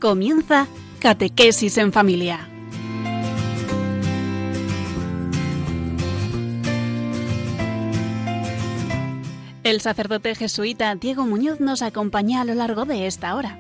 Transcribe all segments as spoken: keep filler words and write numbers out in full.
Comienza Catequesis en Familia. El sacerdote jesuita Diego Muñoz nos acompaña a lo largo de esta hora.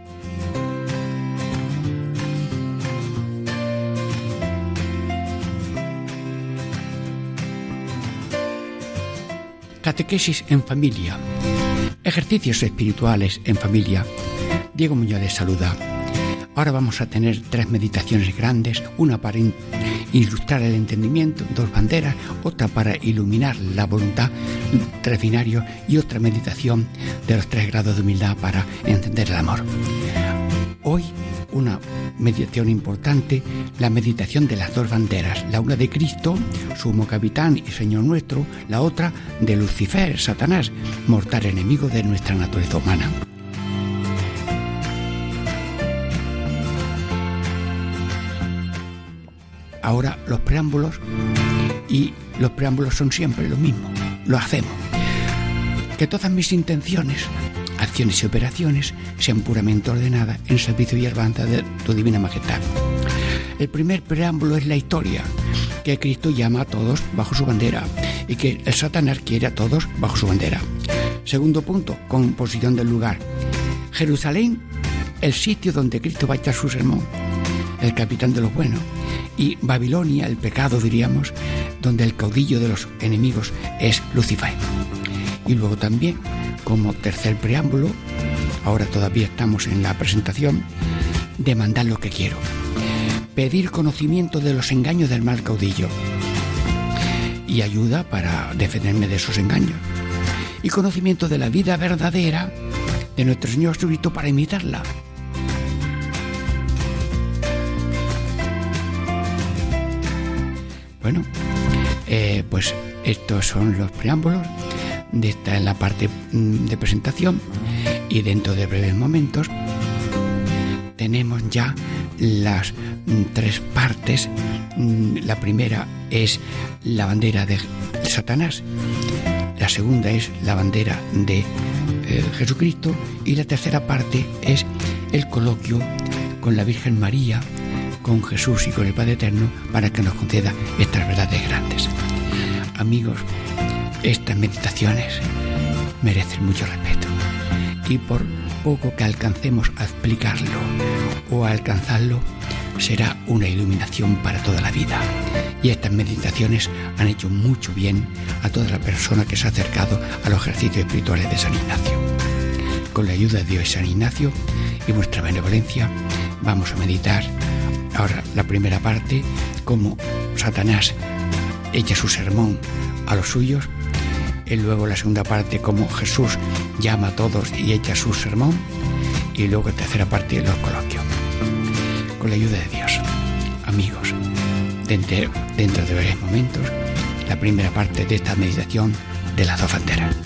Catequesis en familia. Ejercicios espirituales en familia. Diego Muñoz les saluda. Ahora vamos a tener tres meditaciones grandes, una para in- ilustrar el entendimiento, dos banderas, otra para iluminar la voluntad, tres binarios, y otra meditación de los tres grados de humildad para entender el amor. Hoy una meditación importante, la meditación de las dos banderas, la una de Cristo, sumo capitán y Señor nuestro, la otra de Lucifer, Satanás, mortal enemigo de nuestra naturaleza humana. Ahora los preámbulos, y los preámbulos son siempre lo mismo, lo hacemos. Que todas mis intenciones, acciones y operaciones sean puramente ordenadas en servicio y alabanza de tu divina majestad. El primer preámbulo es la historia, que Cristo llama a todos bajo su bandera y que el Satanás quiere a todos bajo su bandera. Segundo punto, composición del lugar. Jerusalén, el sitio donde Cristo va a echar su sermón, el capitán de los buenos. Y Babilonia, el pecado, diríamos, donde el caudillo de los enemigos es Lucifer. Y luego también, como tercer preámbulo, ahora todavía estamos en la presentación, demandar lo que quiero. Pedir conocimiento de los engaños del mal caudillo y ayuda para defenderme de esos engaños. Y conocimiento de la vida verdadera de nuestro Señor Jesucristo para imitarla. Bueno, eh, pues estos son los preámbulos de esta en la parte de presentación, y dentro de breves momentos tenemos ya las tres partes. La primera es la bandera de Satanás, la segunda es la bandera de eh, Jesucristo, y la tercera parte es el coloquio con la Virgen María, con Jesús y con el Padre Eterno, para que nos conceda estas verdades grandes. Amigos, estas meditaciones merecen mucho respeto, y por poco que alcancemos a explicarlo o a alcanzarlo, será una iluminación para toda la vida. Y estas meditaciones han hecho mucho bien a toda la persona que se ha acercado a los ejercicios espirituales de San Ignacio. Con la ayuda de Dios y San Ignacio y vuestra benevolencia, vamos a meditar ahora la primera parte, cómo Satanás echa su sermón a los suyos, y luego la segunda parte, cómo Jesús llama a todos y echa su sermón, y luego la tercera parte, los coloquios. Con la ayuda de Dios, amigos, dentro, dentro de varios momentos, la primera parte de esta meditación de las dos banderas.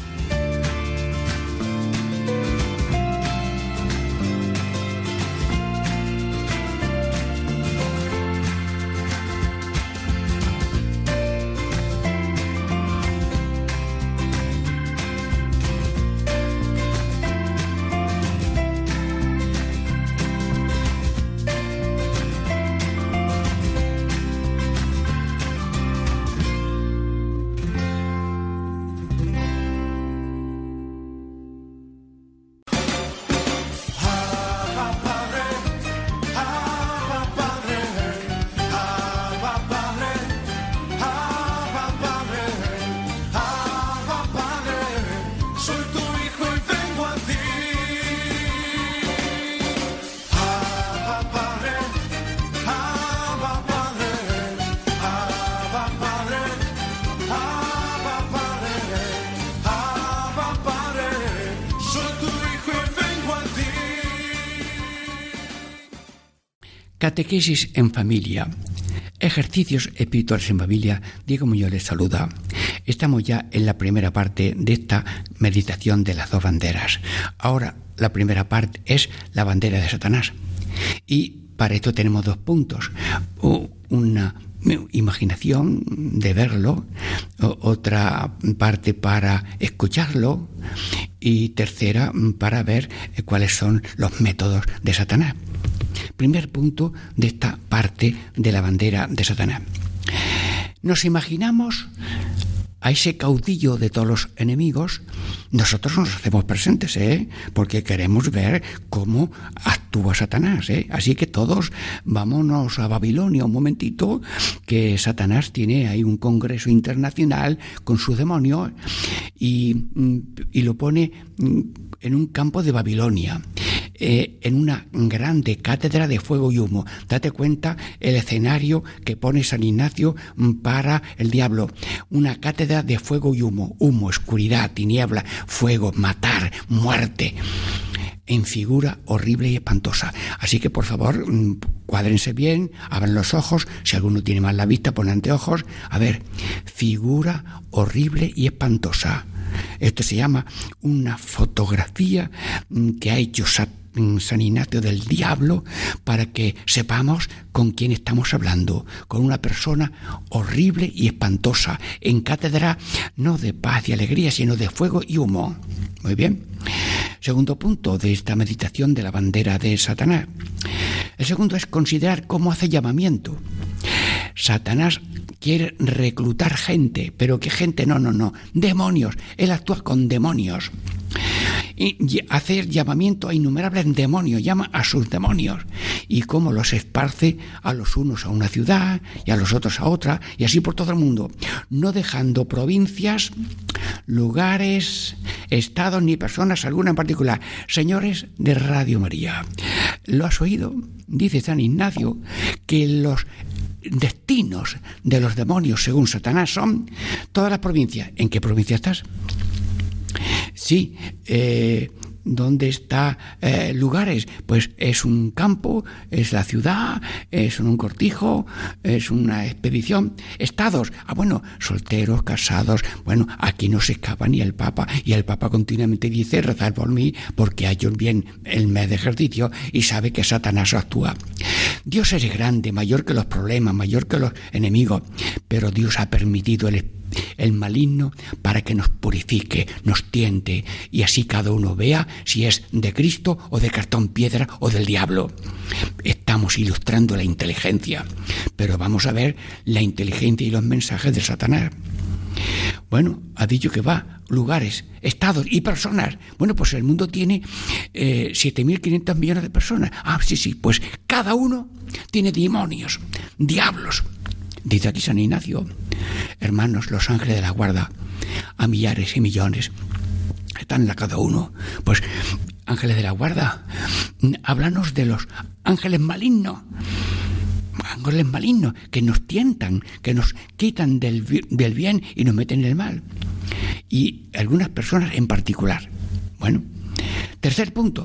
Catequesis en familia. Ejercicios espirituales en familia. Diego Muñoz les saluda. Estamos ya en la primera parte de esta meditación de las dos banderas. Ahora la primera parte es la bandera de Satanás. Y para esto tenemos dos puntos. Una imaginación de verlo, otra parte para escucharlo, y tercera para ver cuáles son los métodos de Satanás. Primer punto de esta parte de la bandera de Satanás. Nos imaginamos a ese caudillo de todos los enemigos. Nosotros nos hacemos presentes, ¿eh? Porque queremos ver cómo actúa Satanás, ¿eh? Así que todos vámonos a Babilonia un momentito, que Satanás tiene ahí un congreso internacional con sus demonios y, y lo pone en un campo de Babilonia. Eh, en una grande cátedra de fuego y humo. Date cuenta el escenario que pone San Ignacio para el diablo. Una cátedra de fuego y humo. Humo, oscuridad, tiniebla, fuego, matar, muerte. En figura horrible y espantosa. Así que, por favor, cuádrense bien, abran los ojos. Si alguno tiene mal la vista, pon anteojos. A ver, figura horrible y espantosa. Esto se llama una fotografía que ha hecho Satanás, San Ignacio, del diablo, para que sepamos con quién estamos hablando, con una persona horrible y espantosa, en cátedra no de paz y alegría, sino de fuego y humo. Muy bien. Segundo punto de esta meditación de la bandera de Satanás. El segundo es considerar cómo hace llamamiento. Satanás quiere reclutar gente, pero ¿qué gente? No, no, no. Demonios. Él actúa con demonios. Y hacer llamamiento a innumerables demonios, llama a sus demonios, y cómo los esparce a los unos a una ciudad y a los otros a otra, y así por todo el mundo, no dejando provincias, lugares, estados ni personas alguna en particular. Señores de Radio María, ¿lo has oído? Dice San Ignacio que los destinos de los demonios según Satanás son todas las provincias. ¿En qué provincia estás? Sí, eh, ¿dónde está eh, lugares? Pues es un campo, es la ciudad, es un cortijo, es una expedición. Estados, ah bueno, solteros, casados. Bueno, aquí no se escapa ni el Papa, y el Papa continuamente dice: rezad por mí, porque hallo bien el mes de ejercicio, y sabe que Satanás actúa. Dios es grande, mayor que los problemas, mayor que los enemigos, pero Dios ha permitido el espíritu el maligno para que nos purifique, nos tiente, y así cada uno vea si es de Cristo o de cartón piedra o del diablo. Estamos ilustrando la inteligencia, pero vamos a ver la inteligencia y los mensajes de Satanás. Bueno, ha dicho que va lugares, estados y personas. Bueno, pues el mundo tiene eh, siete mil quinientos millones de personas. Ah, sí, sí, pues cada uno tiene demonios, diablos. Dice aquí San Ignacio: hermanos, los ángeles de la guarda, a millares y millones, están en la cada uno. Pues ángeles de la guarda, háblanos de los ángeles malignos, ángeles malignos que nos tientan, que nos quitan del, del bien y nos meten en el mal. Y algunas personas en particular. Bueno, tercer punto.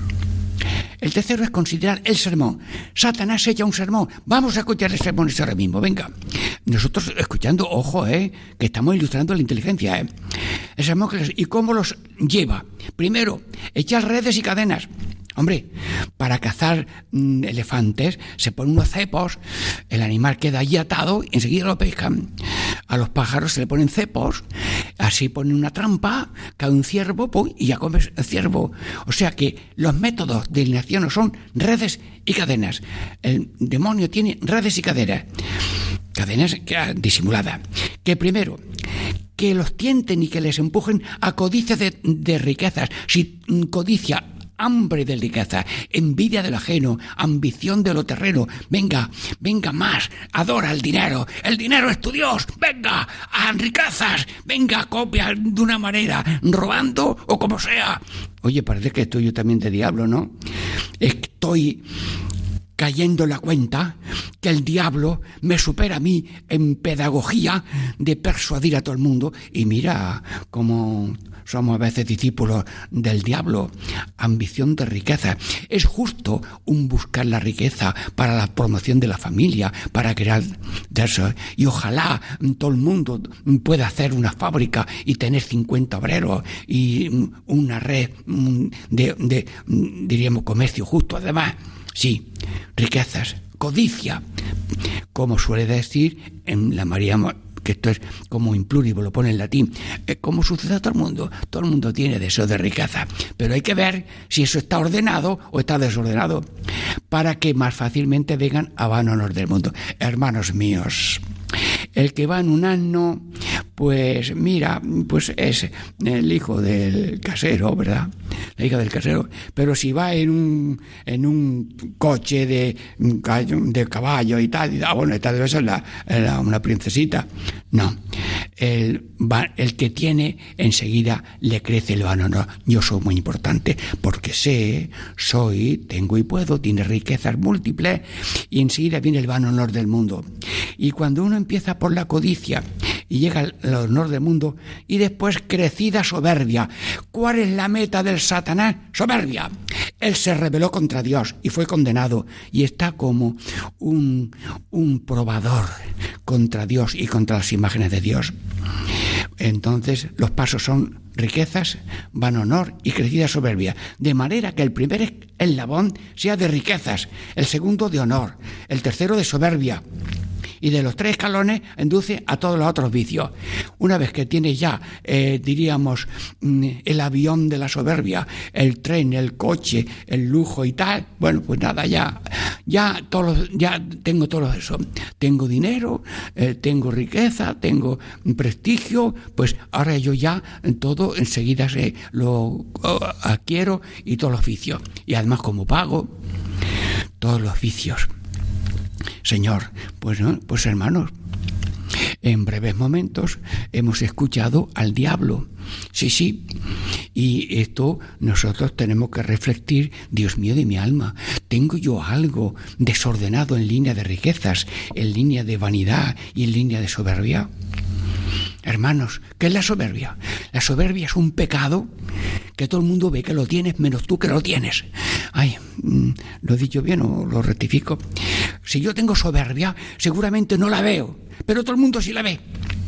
El tercero es considerar el sermón. Satanás echa un sermón. Vamos a escuchar el sermón ese ahora mismo. Venga. Nosotros escuchando, ojo, eh, que estamos ilustrando la inteligencia. Eh. El sermón, ¿y cómo los lleva? Primero, echar redes y cadenas. Hombre, para cazar mmm, elefantes se ponen unos cepos, el animal queda allí atado y enseguida lo pescan. A los pájaros se le ponen cepos, así ponen una trampa, cae un ciervo, ¡pum!, y ya comes el ciervo. O sea que los métodos de eliminación son redes y cadenas. El demonio tiene redes y cadenas. Cadenas disimuladas. Que primero, que los tienten y que les empujen a codicia de, de riquezas. Si codicia, hambre de riqueza, envidia de lo ajeno, ambición de lo terreno, venga, venga más, adora el dinero, el dinero es tu Dios, venga, a riquezas, venga, copia de una manera, robando o como sea. Oye, parece que estoy yo también de diablo, ¿no? Estoy cayendo en la cuenta que el diablo me supera a mí en pedagogía de persuadir a todo el mundo, y mira cómo somos a veces discípulos del diablo. Ambición de riqueza. Es justo un buscar la riqueza para la promoción de la familia, para crear de eso. Y ojalá todo el mundo pueda hacer una fábrica y tener cincuenta obreros y una red de, de diríamos, comercio justo. Además, sí, riquezas, codicia, como suele decir en la María que esto es como in pluribus, lo pone en latín, eh, como sucede a todo el mundo. Todo el mundo tiene deseo de riqueza, pero hay que ver si eso está ordenado o está desordenado, para que más fácilmente vengan a vano honor del mundo. Hermanos míos, el que va en un asno, pues mira, pues es el hijo del casero, ¿verdad? La hija del casero. Pero si va en un en un coche de, de caballo y tal, ah, bueno, esta debe ser la, la, una princesita. No, el, el que tiene, enseguida le crece el vano honor. Yo soy muy importante, porque sé, soy, tengo y puedo, tiene riquezas múltiples, y enseguida viene el vano honor del mundo. Y cuando uno empieza por la codicia y llega al honor del mundo, y después crecida soberbia. ¿Cuál es la meta del Satanás? Soberbia. Él se rebeló contra Dios y fue condenado, y está como un, un probador contra Dios y contra las imágenes de Dios. Entonces los pasos son riquezas, vano honor y crecida soberbia, de manera que el primer eslabón sea de riquezas, el segundo de honor, el tercero de soberbia, y de los tres escalones induce a todos los otros vicios. Una vez que tienes ya, eh, diríamos, el avión de la soberbia, el tren, el coche, el lujo y tal, bueno, pues nada, ya ya todos, ya tengo todo eso. Tengo dinero, eh, tengo riqueza, tengo prestigio, pues ahora yo ya todo enseguida se lo adquiero, y todos los vicios. Y además, como pago todos los vicios. Señor, pues no, pues hermanos, en breves momentos hemos escuchado al diablo. Sí, sí. Y esto nosotros tenemos que refletir. Dios mío de mi alma, ¿tengo yo algo desordenado en línea de riquezas, en línea de vanidad y en línea de soberbia? Hermanos, ¿qué es la soberbia? La soberbia es un pecado que todo el mundo ve que lo tienes, menos tú que lo tienes. Ay, ¿lo he dicho bien o lo rectifico? Si yo tengo soberbia, seguramente no la veo, pero todo el mundo sí la ve.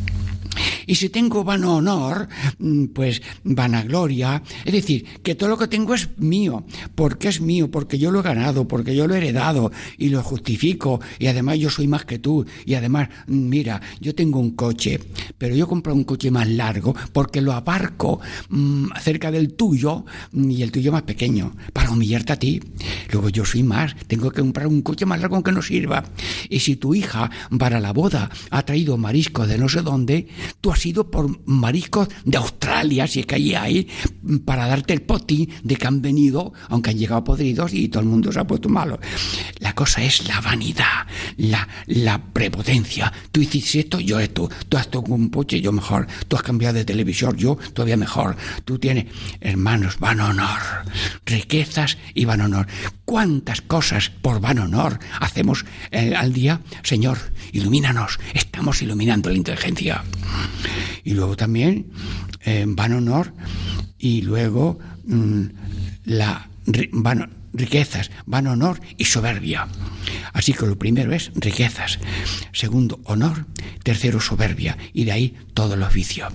Y si tengo vano honor, pues vanagloria, es decir, que todo lo que tengo es mío, porque es mío, porque yo lo he ganado, porque yo lo he heredado y lo justifico, y además yo soy más que tú, y además, mira, yo tengo un coche, pero yo compro un coche más largo porque lo aparco mmm, cerca del tuyo, y el tuyo más pequeño, para humillarte a ti. Luego yo soy más, tengo que comprar un coche más largo aunque no sirva. Y si tu hija para la boda ha traído mariscos de no sé dónde, tú has ido por mariscos de Australia, si es que allí hay, para darte el potín de que han venido, aunque han llegado podridos y todo el mundo se ha puesto malo. La cosa es la vanidad, la, la prepotencia. Tú hiciste esto, yo esto. Tú has tocado un coche, yo mejor. Tú has cambiado de televisor, yo todavía mejor. Tú tienes, hermanos, vano honor, riquezas y vano honor. ¿Cuántas cosas por vano honor hacemos eh, al día? Señor, ilumínanos. Estamos iluminando la inteligencia. Y luego también eh, vano honor, y luego mmm, la ri, vano, riquezas, vano honor y soberbia. Así que lo primero es riquezas, segundo honor, tercero soberbia, y de ahí todos los vicios.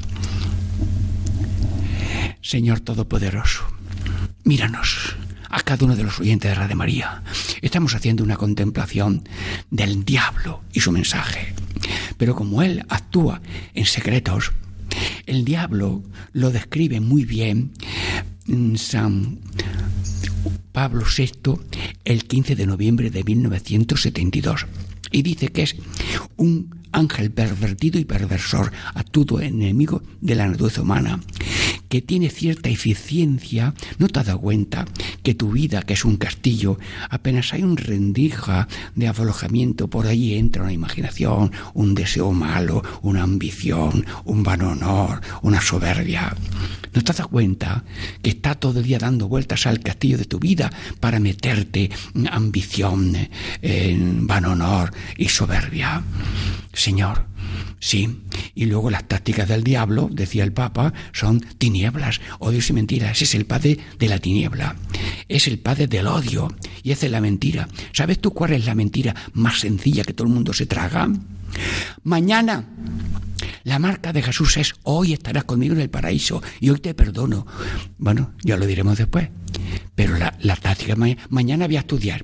Señor Todopoderoso, míranos a cada uno de los oyentes de Radio María. Estamos haciendo una contemplación del diablo y su mensaje. Pero como él actúa en secretos, el diablo lo describe muy bien San Pablo sexto el quince de noviembre de mil novecientos setenta y dos. Y dice que es un ángel pervertido y perversor, astuto enemigo de la naturaleza humana, que tiene cierta eficiencia. ¿No te has dado cuenta que tu vida, que es un castillo, apenas hay un rendija de aflojamiento, por ahí entra una imaginación, un deseo malo, una ambición, un vano honor, una soberbia? ¿No te has dado cuenta que está todo el día dando vueltas al castillo de tu vida para meterte ambición, eh, vano honor y soberbia? Señor, sí. Y luego las tácticas del diablo, decía el Papa, son tinieblas, odios y mentiras. Ese es el padre de la tiniebla. Es el padre del odio y esa es la mentira. ¿Sabes tú cuál es la mentira más sencilla que todo el mundo se traga? Mañana la marca de Jesús es: hoy estarás conmigo en el paraíso y hoy te perdono. Bueno, ya lo diremos después. Pero la, la táctica, mañana voy a estudiar.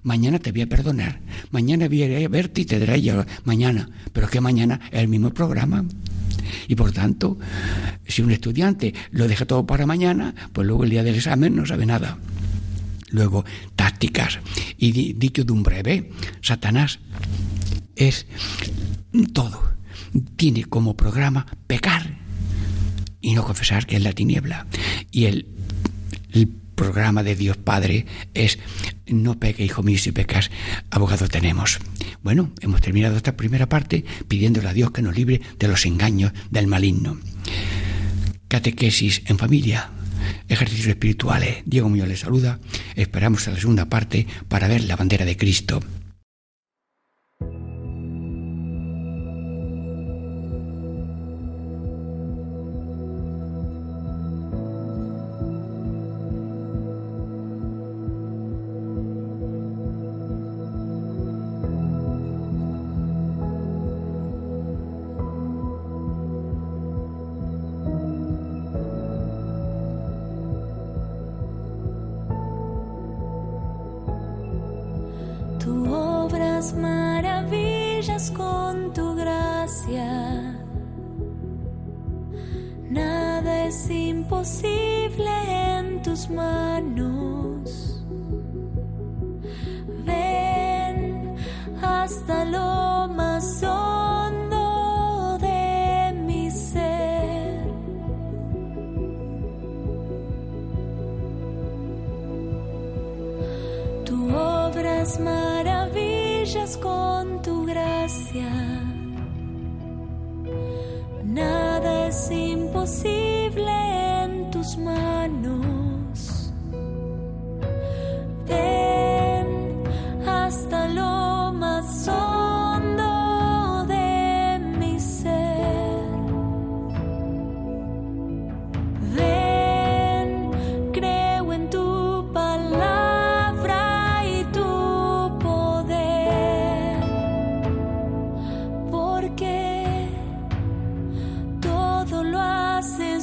mañana te voy a perdonar, mañana voy a verte y te daré ya mañana, pero es que mañana es el mismo programa. Y por tanto, si un estudiante lo deja todo para mañana, pues luego el día del examen no sabe nada. Luego, tácticas. Y di, dicho de un breve, Satanás es todo. Tiene como programa pecar y no confesar que es la tiniebla. Y el, el programa de Dios Padre es: no peque, hijo mío, si pecas, abogado tenemos. Bueno, hemos terminado esta primera parte pidiéndole a Dios que nos libre de los engaños del maligno. Catequesis en familia, ejercicios espirituales. Diego Muñoz les saluda. Esperamos a la segunda parte para ver la bandera de Cristo. Tú obras maravillas con tu gracia, nada es imposible en tus manos. Ven hasta lo más hondo de mi ser. Tú obras maravillas con tu gracia, nada es imposible en tus manos. Ven hasta lo más hondo de mi ser. Ven, creo en tu palabra y tu poder, porque todo lo haces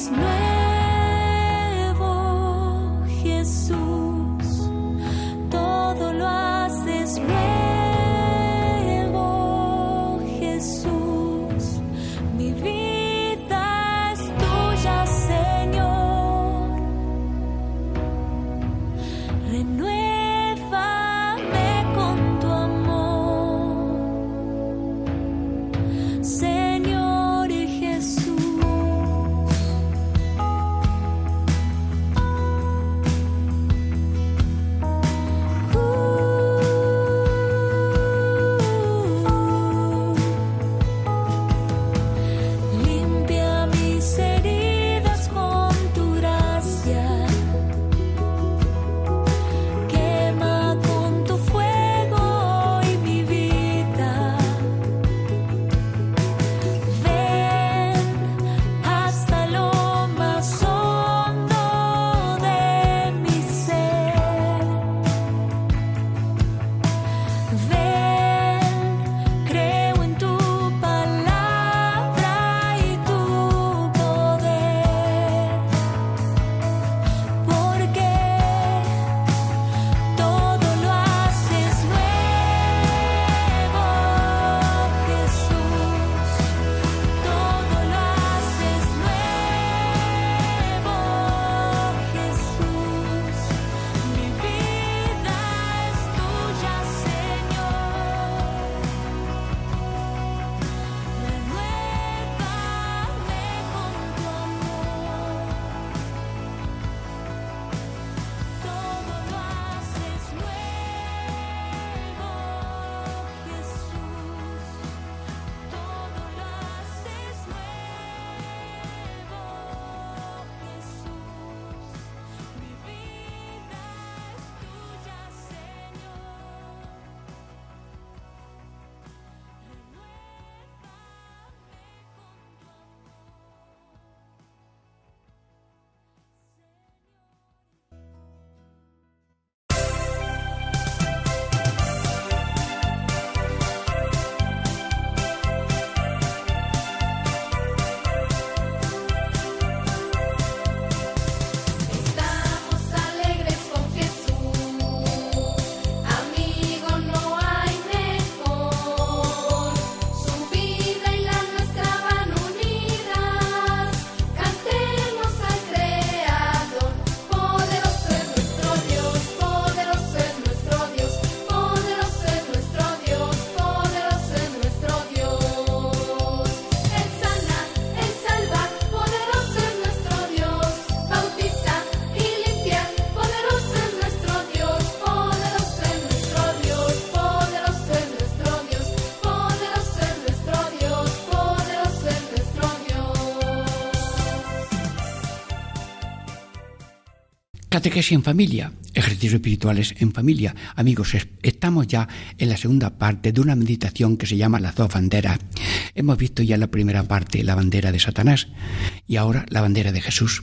Catequesis en familia, ejercicios espirituales en familia. Amigos, estamos ya en la segunda parte de una meditación que se llama Las dos banderas. Hemos visto ya en la primera parte la bandera de Satanás y ahora la bandera de Jesús.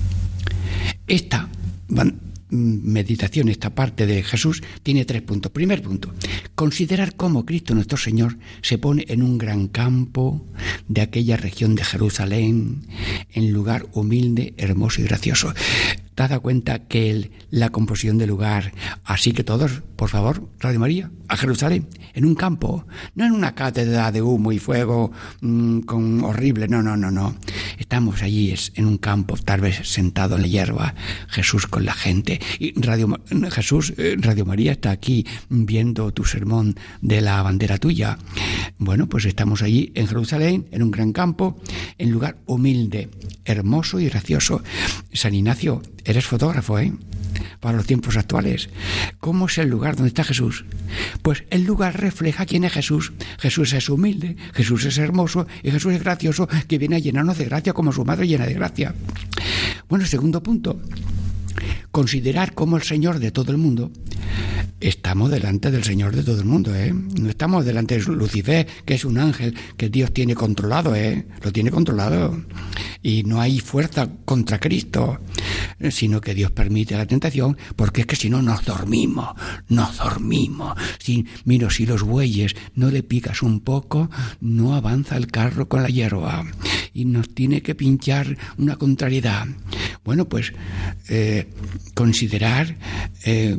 Esta meditación, esta parte de Jesús, tiene tres puntos. Primer punto, considerar cómo Cristo nuestro Señor se pone en un gran campo de aquella región de Jerusalén, en lugar humilde, hermoso y gracioso. ¿Te has dado cuenta que el, la composición del lugar? Así que todos, por favor, Radio María, a Jerusalén, en un campo, no en una cátedra de humo y fuego mmm, con horrible, no, no, no, no. Estamos allí es, en un campo, tal vez sentado en la hierba, Jesús con la gente. Y Radio Jesús, eh, Radio María está aquí viendo tu sermón de la bandera tuya. Bueno, pues estamos allí en Jerusalén, en un gran campo, en lugar humilde, hermoso y gracioso. San Ignacio, eres fotógrafo, ¿eh? Para los tiempos actuales. ¿Cómo es el lugar donde está Jesús? Pues el lugar refleja quién es Jesús. Jesús es humilde, Jesús es hermoso y Jesús es gracioso, que viene a llenarnos de gracia como su madre llena de gracia. Bueno, segundo punto, considerar cómo el Señor de todo el mundo. Estamos delante del Señor de todo el mundo, ¿eh? No estamos delante de Lucifer, que es un ángel que Dios tiene controlado, ¿eh? Lo tiene controlado. Y no hay fuerza contra Cristo, sino que Dios permite la tentación, porque es que si no nos dormimos, nos dormimos. Si, mira, si los bueyes no le picas un poco, no avanza el carro con la hierba. Y nos tiene que pinchar una contrariedad. Bueno, pues eh, considerar eh,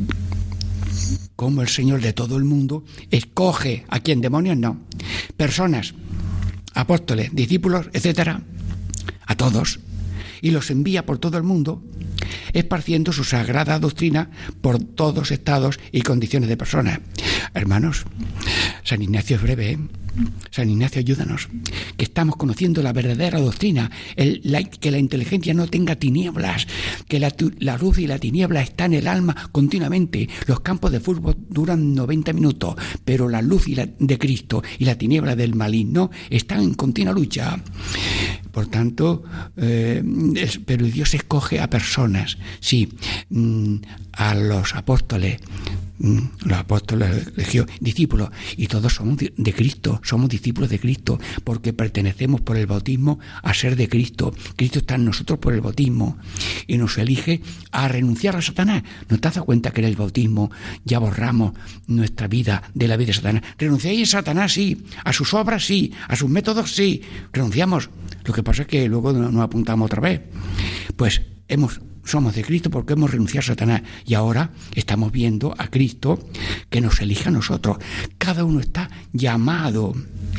cómo el Señor de todo el mundo escoge a quien demonios no. Personas, apóstoles, discípulos, etcétera, a todos, y los envía por todo el mundo, esparciendo su sagrada doctrina por todos estados y condiciones de personas. Hermanos, San Ignacio es breve, ¿eh? San Ignacio, ayúdanos, que estamos conociendo la verdadera doctrina, el, la, que la inteligencia no tenga tinieblas, que la, la luz y la tiniebla están en el alma continuamente. Los campos de fútbol duran noventa minutos, pero la luz y la, de Cristo y la tiniebla del maligno están en continua lucha. Por tanto, eh, es, pero Dios escoge a personas, sí, mmm, a los apóstoles, mmm, los apóstoles eligió discípulos, y todos somos de Cristo, somos discípulos de Cristo, porque pertenecemos por el bautismo a ser de Cristo. Cristo está en nosotros por el bautismo, y nos elige a renunciar a Satanás. ¿No te has dado cuenta que en el bautismo ya borramos nuestra vida de la vida de Satanás? Renunciáis a Satanás, sí, a sus obras, sí, a sus métodos, sí, renunciamos. Lo que pasa es que luego nos apuntamos otra vez. Pues hemos, somos de Cristo porque hemos renunciado a Satanás. Y ahora estamos viendo a Cristo que nos elige a nosotros. Cada uno está llamado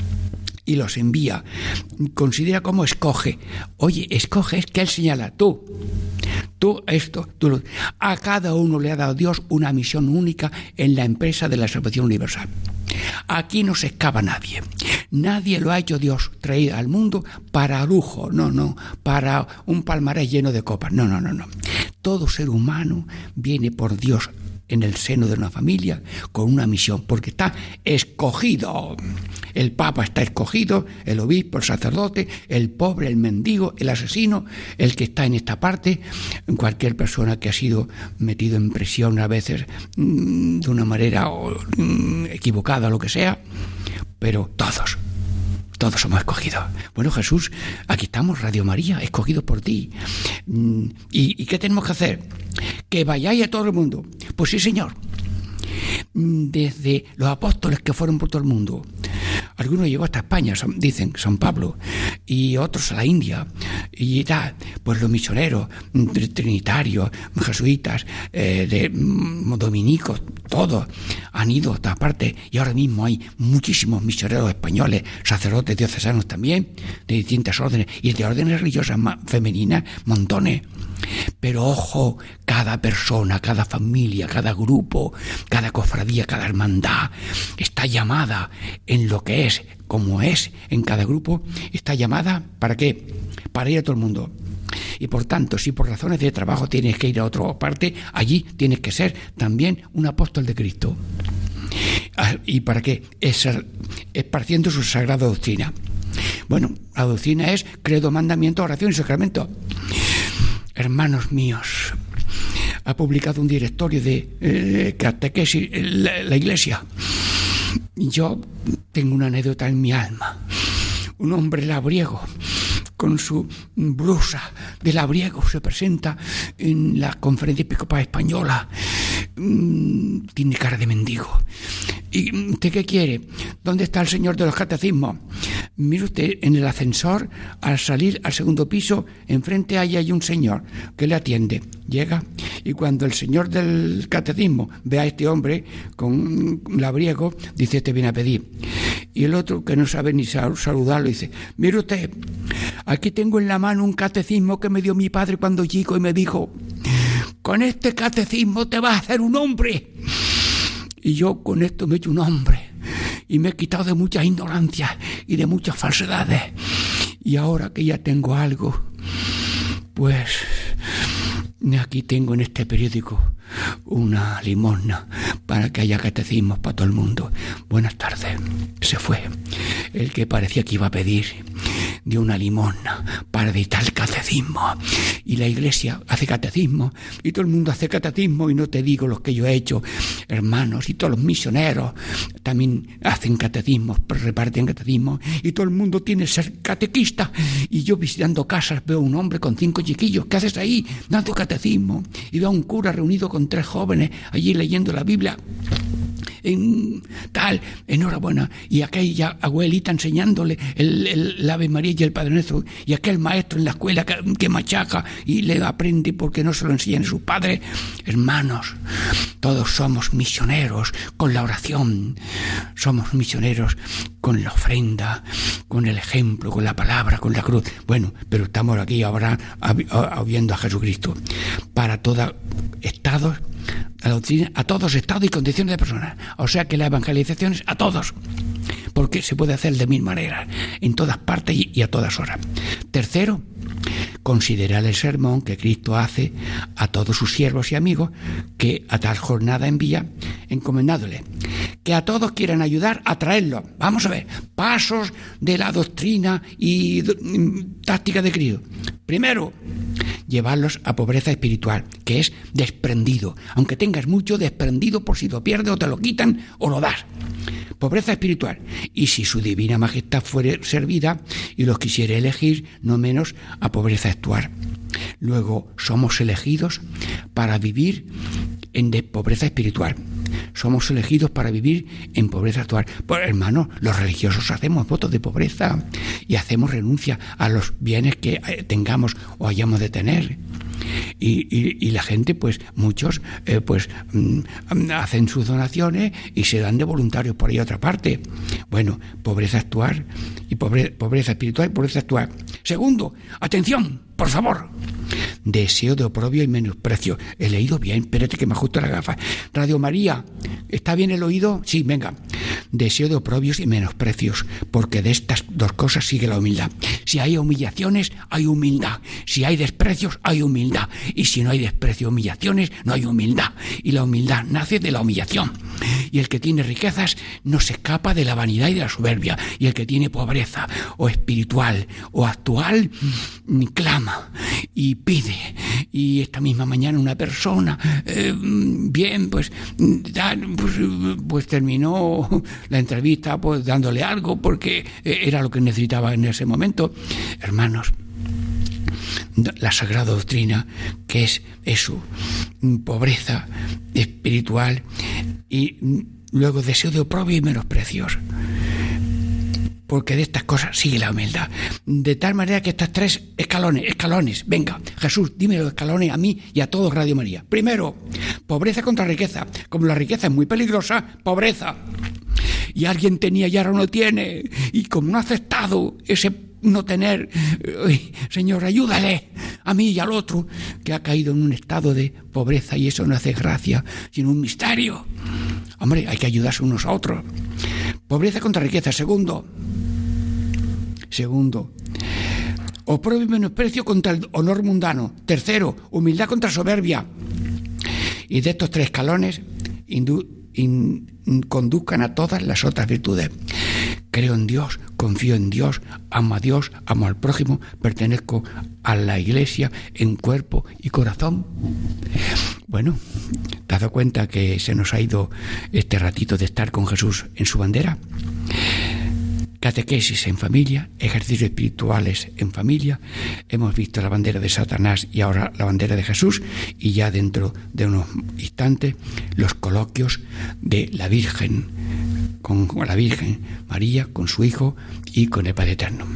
y los envía. Considera cómo escoge. Oye, escoge, es que Él señala, tú, tú esto, tú lo... A cada uno le ha dado Dios una misión única en la empresa de la salvación universal. Aquí no se escapa nadie. Nadie lo ha hecho Dios traído al mundo para lujo, no, no, para un palmarés lleno de copas, no, no, no, no. Todo ser humano viene por Dios en el seno de una familia con una misión, porque está escogido. El Papa está escogido, el obispo, el sacerdote, el pobre, el mendigo, el asesino, el que está en esta parte, cualquier persona que ha sido metido en prisión a veces mmm, de una manera mmm, equivocada o lo que sea, pero todos. Todos somos escogidos. Bueno, Jesús, aquí estamos, Radio María, escogidos por ti. ¿Y, ¿Y qué tenemos que hacer? Que vayáis a todo el mundo. Pues sí, Señor. Desde los apóstoles que fueron por todo el mundo. Algunos llegó hasta España, dicen, San Pablo, y otros a la India, y tal, pues los misioneros, trinitarios, jesuitas, eh, de, dominicos, todos han ido a todas partes, y ahora mismo hay muchísimos misioneros españoles, sacerdotes diocesanos también, de distintas órdenes, y de órdenes religiosas femeninas, montones. Pero ojo, cada persona, cada familia, cada grupo, cada cofradía, cada hermandad está llamada en lo que es, como es en cada grupo, está llamada ¿para qué? Para ir a todo el mundo. Y por tanto, si por razones de trabajo tienes que ir a otra parte, allí tienes que ser también un apóstol de Cristo. ¿Y para qué? Es esparciendo su sagrada doctrina. Bueno, la doctrina es credo, mandamiento, oración y sacramento. Hermanos míos, ha publicado un directorio de eh, catequesis en la, la iglesia. Yo tengo una anécdota en mi alma. Un hombre labriego, con su blusa de labriego, se presenta en la Conferencia Episcopal Española. Tiene cara de mendigo. ¿Y usted qué quiere? ¿Dónde está el señor de los catecismos? Mire usted, en el ascensor, al salir al segundo piso, enfrente hay, hay un señor que le atiende. Llega, y cuando el señor del catecismo ve a este hombre con labriego, dice: te viene a pedir. Y el otro, que no sabe ni saludarlo, dice: mire usted, aquí tengo en la mano un catecismo que me dio mi padre cuando chico y me dijo: con este catecismo te vas a hacer un hombre. Y yo con esto me he hecho un hombre y me he quitado de muchas ignorancias y de muchas falsedades. Y ahora que ya tengo algo, pues aquí tengo en este periódico una limosna para que haya catecismos para todo el mundo. Buenas tardes. Se fue. El que parecía que iba a pedir dio una limosna para editar el catecismo. Y la iglesia hace catecismo, y todo el mundo hace catecismo, y no te digo los que yo he hecho, hermanos, y todos los misioneros también hacen catecismos, reparten catecismos, y todo el mundo tiene que ser catequista. Y yo visitando casas veo a un hombre con cinco chiquillos: ¿qué haces ahí? Dando catecismo. Y veo a un cura reunido con tres jóvenes allí leyendo la Biblia. En tal, enhorabuena. Y aquella abuelita enseñándole el, el, el Ave María y el Padre Nuestro, y aquel maestro en la escuela que, que machaca y le aprende porque no se lo enseñan sus padres. Hermanos, todos somos misioneros con la oración, somos misioneros con la ofrenda, con el ejemplo, con la palabra, con la cruz. Bueno, pero estamos aquí ahora viendo a Jesucristo para todos estados, a la doctrina, a todos estados y condiciones de personas. O sea que la evangelización es a todos, porque se puede hacer de mil maneras, en todas partes y a todas horas. Tercero, considerar el sermón que Cristo hace a todos sus siervos y amigos que a tal jornada envía, encomendándole que a todos quieran ayudar a traerlo. Vamos a ver, pasos de la doctrina y táctica de Cristo. Primero, llevarlos a pobreza espiritual, que es desprendido. Aunque tengas mucho, desprendido por si lo pierdes o te lo quitan o lo das. Pobreza espiritual. Y si su divina majestad fuere servida y los quisiere elegir, no menos a pobreza actual. Luego, somos elegidos para vivir en de pobreza espiritual. Somos elegidos para vivir en pobreza actual. Pues, hermanos, los religiosos hacemos votos de pobreza y hacemos renuncia a los bienes que tengamos o hayamos de tener. Y, y, y la gente, pues muchos, eh, pues mm, hacen sus donaciones y se dan de voluntarios por ahí a otra parte. Bueno, pobreza actual y pobre, pobreza espiritual y pobreza actual. Segundo, atención, por favor. Deseo de oprobio y menosprecio. He leído bien, espérate que me ajusto la gafa. Radio María, ¿está bien el oído? Sí, venga. Deseo de oprobios y menosprecios, porque de estas dos cosas sigue la humildad. Si hay humillaciones, hay humildad. Si hay desprecios, hay humildad. Y si no hay desprecio, humillaciones, no hay humildad. Y la humildad nace de la humillación. Y el que tiene riquezas no se escapa de la vanidad y de la soberbia. Y el que tiene pobreza, o espiritual o actual, clama y pide. Y esta misma mañana una persona, eh, bien, pues, pues, pues terminó la entrevista pues dándole algo porque era lo que necesitaba en ese momento. Hermanos, la Sagrada Doctrina, que es eso, pobreza espiritual y luego deseo de oprobio y menosprecios, porque de estas cosas sigue la humildad. De tal manera que estas tres escalones, escalones, venga, Jesús, dime los escalones a mí y a todos Radio María. Primero, pobreza contra riqueza. Como la riqueza es muy peligrosa, pobreza. Y alguien tenía y ahora no tiene. Y como no ha aceptado ese no tener, eh, Señor, ayúdale a mí y al otro, que ha caído en un estado de pobreza, y eso no hace gracia, sino un misterio. Hombre, hay que ayudarse unos a otros. Pobreza contra riqueza. Segundo, segundo, oprobio y menosprecio contra el honor mundano. Tercero, humildad contra soberbia. Y de estos tres escalones indu- in- conduzcan a todas las otras virtudes. Creo en Dios, confío en Dios, amo a Dios, amo al prójimo, pertenezco a la Iglesia en cuerpo y corazón. Bueno, ¿te has dado cuenta que se nos ha ido este ratito de estar con Jesús en su bandera? Catequesis en familia, ejercicios espirituales en familia. Hemos visto la bandera de Satanás y ahora la bandera de Jesús, y ya dentro de unos instantes los coloquios de la Virgen, con la Virgen María, con su Hijo y con el Padre Eterno.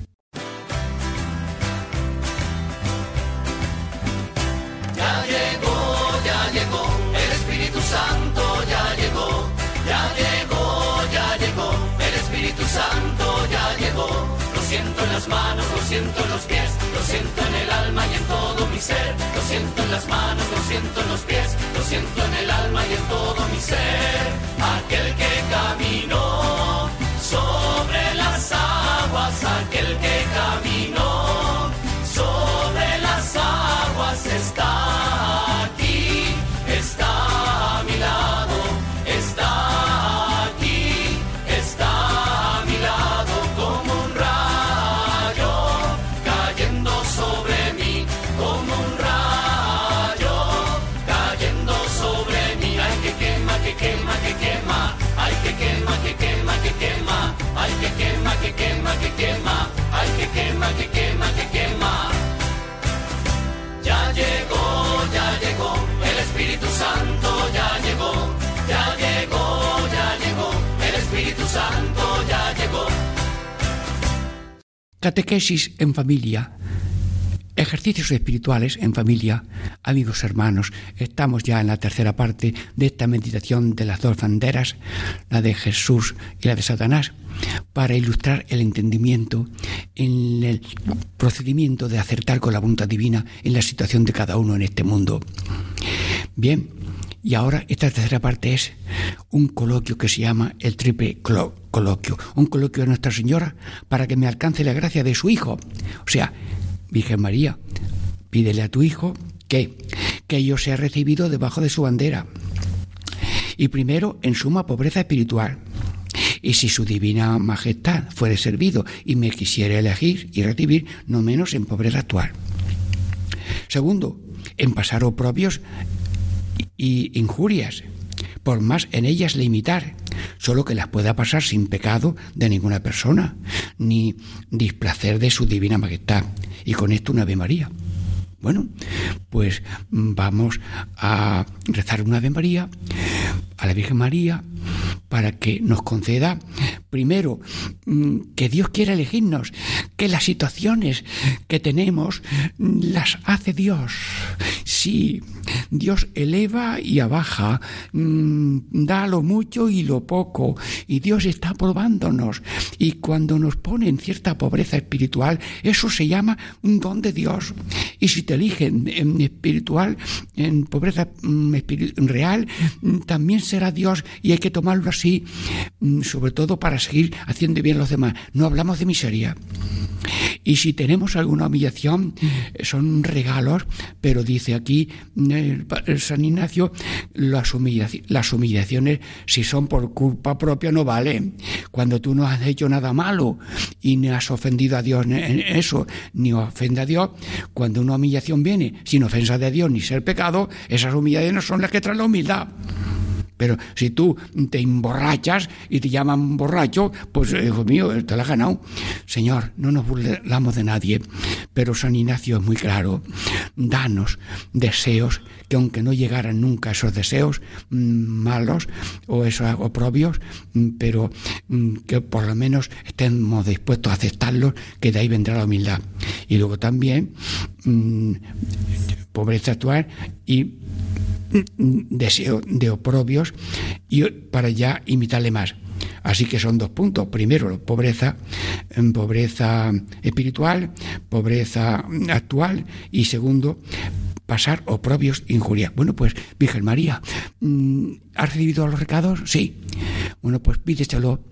Ya llegó, ya llegó, el Espíritu Santo ya llegó, ya llegó, ya llegó, el Espíritu Santo ya llegó. Lo siento en las manos, lo siento en los pies, lo siento en el alma y en todo mi ser. Lo siento en las manos, lo siento en los pies, lo siento en el alma y en todo mi ser. Aquel que caminó sobre las aguas, aquel que caminó sobre las aguas está aquí, está a mi lado, está aquí, está a mi lado como un rayo cayendo sobre mí, como un rayo cayendo sobre mí. Ay, que quema, que quema, que quema, ay, que quema, que quema, que quema, ay, que quema, que quema, que quema, ay, que quema, que quema, que quema. Ya llegó, ya llegó, el Espíritu Santo ya llegó, ya llegó, ya llegó, el Espíritu Santo ya llegó. Catequesis en familia, ejercicios espirituales en familia. Amigos hermanos, estamos ya en la tercera parte de esta meditación de las dos banderas, la de Jesús y la de Satanás, para ilustrar el entendimiento en el procedimiento de acertar con la voluntad divina en la situación de cada uno en este mundo. Bien, y ahora esta tercera parte es un coloquio que se llama el triple coloquio, un coloquio de Nuestra Señora para que me alcance la gracia de su Hijo. O sea, Virgen María, pídele a tu Hijo que, que yo sea recibido debajo de su bandera, y primero en suma pobreza espiritual. Y si su divina majestad fuere servido y me quisiera elegir y recibir, no menos en pobreza actual. Segundo, en pasar oprobios y injurias, por más en ellas le imitar, solo que las pueda pasar sin pecado de ninguna persona, ni displacer de su divina majestad. Y con esto una Ave María. Bueno, pues vamos a rezar una Ave María a la Virgen María para que nos conceda, primero, que Dios quiera elegirnos, que las situaciones que tenemos las hace Dios. Sí, Dios eleva y abaja, da lo mucho y lo poco, y Dios está probándonos. Y cuando nos pone en cierta pobreza espiritual, eso se llama un don de Dios. Y si te eligen en espiritual, en pobreza real, también será Dios, y hay que tomarlo así, sobre todo para seguir haciendo bien a los demás. No hablamos de miseria. Y si tenemos alguna humillación, son regalos, pero dice aquí eh, San Ignacio, las, humillaci- las humillaciones, si son por culpa propia, no valen. Cuando tú no has hecho nada malo y ni has ofendido a Dios en eso, ni ofende a Dios, cuando una humillación viene sin ofensa de Dios ni ser pecado, esas humillaciones son las que traen la humildad. Pero si tú te emborrachas y te llaman borracho, pues, hijo mío, te la has ganado. Señor, no nos burlamos de nadie, pero San Ignacio es muy claro. Danos deseos que, aunque no llegaran nunca esos deseos mmm, malos o esos oprobios, mmm, pero mmm, que por lo menos estemos dispuestos a aceptarlos, que de ahí vendrá la humildad. Y luego también mmm, pobreza actual y deseo de oprobios, y para ya imitarle más. Así que son dos puntos. Primero, pobreza, pobreza espiritual, pobreza actual, y segundo, pasar oprobios, injurias. Bueno, pues, Virgen María, ¿has recibido los recados? Sí. Bueno, pues pídeselo,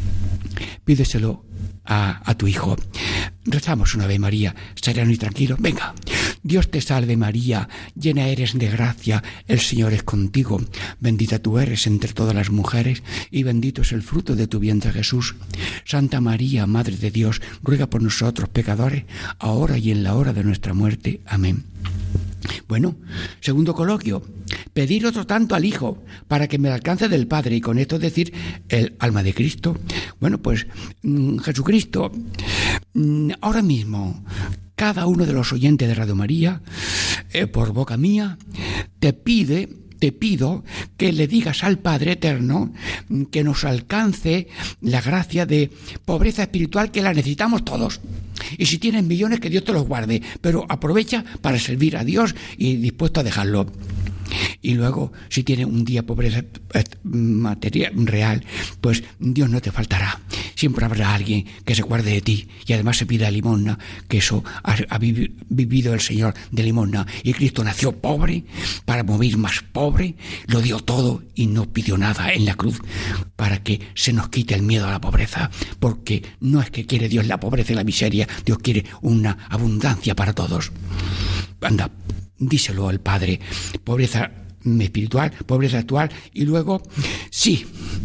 pídeselo a, a tu Hijo. Rezamos una Ave María, sereno y tranquilo. Venga. Dios te salve María, llena eres de gracia, el Señor es contigo. Bendita tú eres entre todas las mujeres, y bendito es el fruto de tu vientre Jesús. Santa María, Madre de Dios, ruega por nosotros pecadores, ahora y en la hora de nuestra muerte. Amén. Bueno, segundo coloquio, pedir otro tanto al Hijo para que me alcance del Padre, y con esto decir el alma de Cristo. Bueno, pues mmm, Jesucristo, mmm, ahora mismo, cada uno de los oyentes de Radio María, eh, por boca mía, te pide, te pido que le digas al Padre Eterno que nos alcance la gracia de pobreza espiritual, que la necesitamos todos. Y si tienes millones, que Dios te los guarde, pero aprovecha para servir a Dios y dispuesto a dejarlo. Y luego, si tienes un día pobreza material real, pues Dios no te faltará. Siempre habrá alguien que se guarde de ti y además se pida limosna, que eso ha, ha vivido el Señor de limosna. Y Cristo nació pobre para morir más pobre, lo dio todo y no pidió nada en la cruz, para que se nos quite el miedo a la pobreza, porque no es que quiere Dios la pobreza y la miseria, Dios quiere una abundancia para todos. Anda, díselo al Padre, pobreza espiritual, pobreza actual, y luego, sí,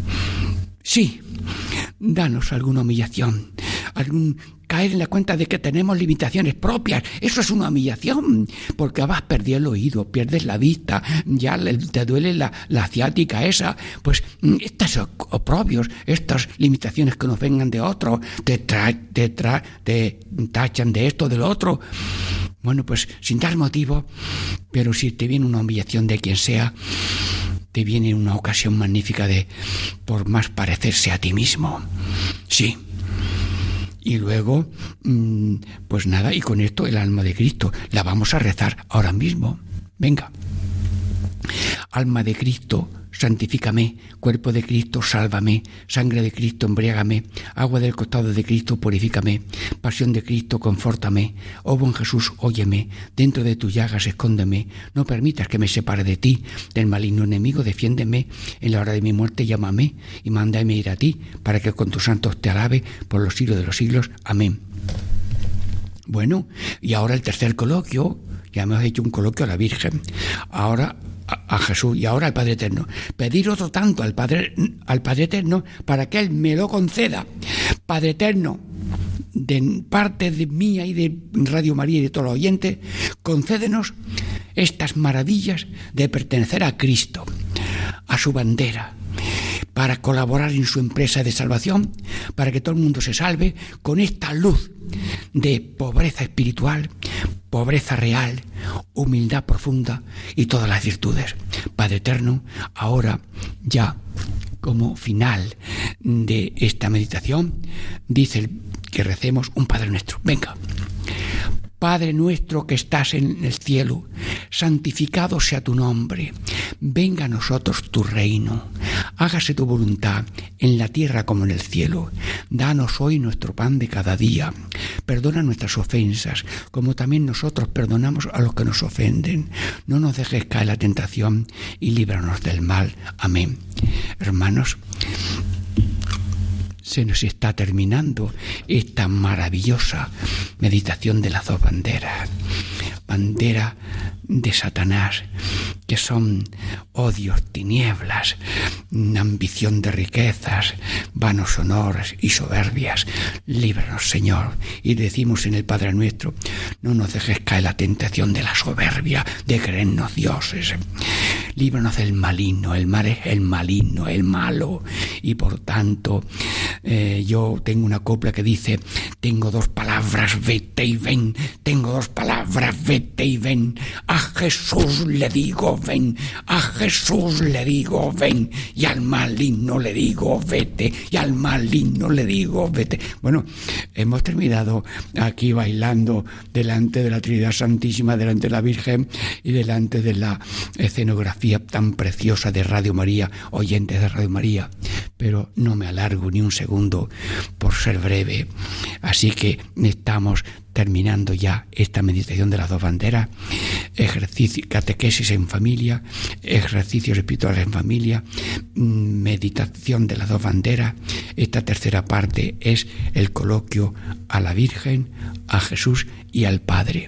sí, danos alguna humillación, algún caer en la cuenta de que tenemos limitaciones propias. Eso es una humillación, porque vas a perder el oído, pierdes la vista, ya te duele la, la ciática esa. Pues estos oprobios, estas limitaciones que nos vengan de otros, te, tra- te, tra- te tachan de esto, de lo otro. Bueno, pues sin dar motivo, pero si te viene una humillación de quien sea, te viene una ocasión magnífica de, por más parecerse a ti mismo. Sí. Y luego, pues nada, y con esto el alma de Cristo la vamos a rezar ahora mismo. Venga. Alma de Cristo, santifícame. Cuerpo de Cristo, sálvame. Sangre de Cristo, embriágame. Agua del costado de Cristo, purifícame. Pasión de Cristo, confórtame. Oh buen Jesús, óyeme. Dentro de tus llagas, escóndeme. No permitas que me separe de ti. Del maligno enemigo, defiéndeme. En la hora de mi muerte, llámame y mándame ir a ti, para que con tus santos te alabe por los siglos de los siglos. Amén. Bueno, y ahora el tercer coloquio. Ya hemos hecho un coloquio a la Virgen, ahora a, a Jesús y ahora al Padre Eterno. Pedir otro tanto al Padre, al Padre Eterno para que Él me lo conceda. Padre Eterno, de parte de mía y de Radio María y de todos los oyentes, concédenos estas maravillas de pertenecer a Cristo, a su bandera, para colaborar en su empresa de salvación, para que todo el mundo se salve con esta luz de pobreza espiritual, pobreza real, humildad profunda y todas las virtudes. Padre Eterno, ahora ya como final de esta meditación, dice que recemos un Padre Nuestro. Venga. Padre nuestro que estás en el cielo, santificado sea tu nombre. Venga a nosotros tu reino. Hágase tu voluntad en la tierra como en el cielo. Danos hoy nuestro pan de cada día. Perdona nuestras ofensas, como también nosotros perdonamos a los que nos ofenden. No nos dejes caer la tentación y líbranos del mal. Amén. Hermanos, se nos está terminando esta maravillosa meditación de las dos banderas. Bandera de Satanás, que son odios, tinieblas, ambición de riquezas, vanos honores y soberbias. Líbranos, Señor. Y decimos en el Padre Nuestro, no nos dejes caer la tentación de la soberbia, de creernos dioses. Líbranos del maligno. El mal es el maligno, el malo. Y por tanto, eh, yo tengo una copla que dice, tengo dos palabras, vete y ven. Tengo dos palabras, vete y ven. A Jesús le digo, ven. A Jesús le digo, ven. Y al maligno le digo, vete. Y al maligno le digo, vete. Bueno, hemos terminado aquí bailando delante de la Trinidad Santísima, delante de la Virgen y delante de la escenografía tan preciosa de Radio María, oyentes de Radio María, pero no me alargo ni un segundo por ser breve, así que estamos terminando ya esta meditación de las dos banderas, ejercicio, catequesis en familia, ejercicios espirituales en familia, meditación de las dos banderas. Esta tercera parte es el coloquio a la Virgen, a Jesús y al Padre.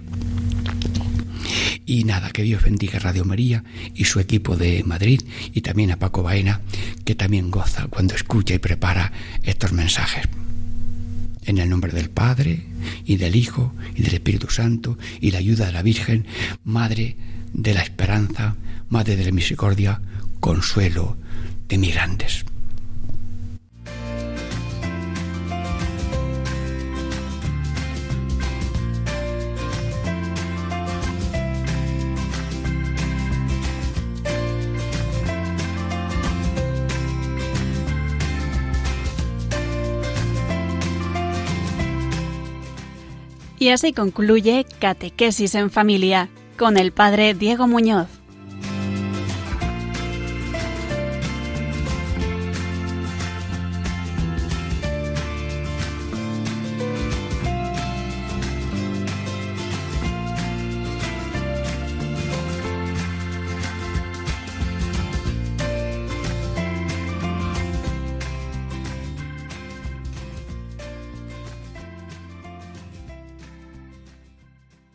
Y nada, que Dios bendiga Radio María y su equipo de Madrid, y también a Paco Baena, que también goza cuando escucha y prepara estos mensajes. En el nombre del Padre, y del Hijo, y del Espíritu Santo, y la ayuda de la Virgen, Madre de la esperanza, Madre de la misericordia, consuelo de migrantes. Y así concluye Catequesis en Familia con el Padre Diego Muñoz.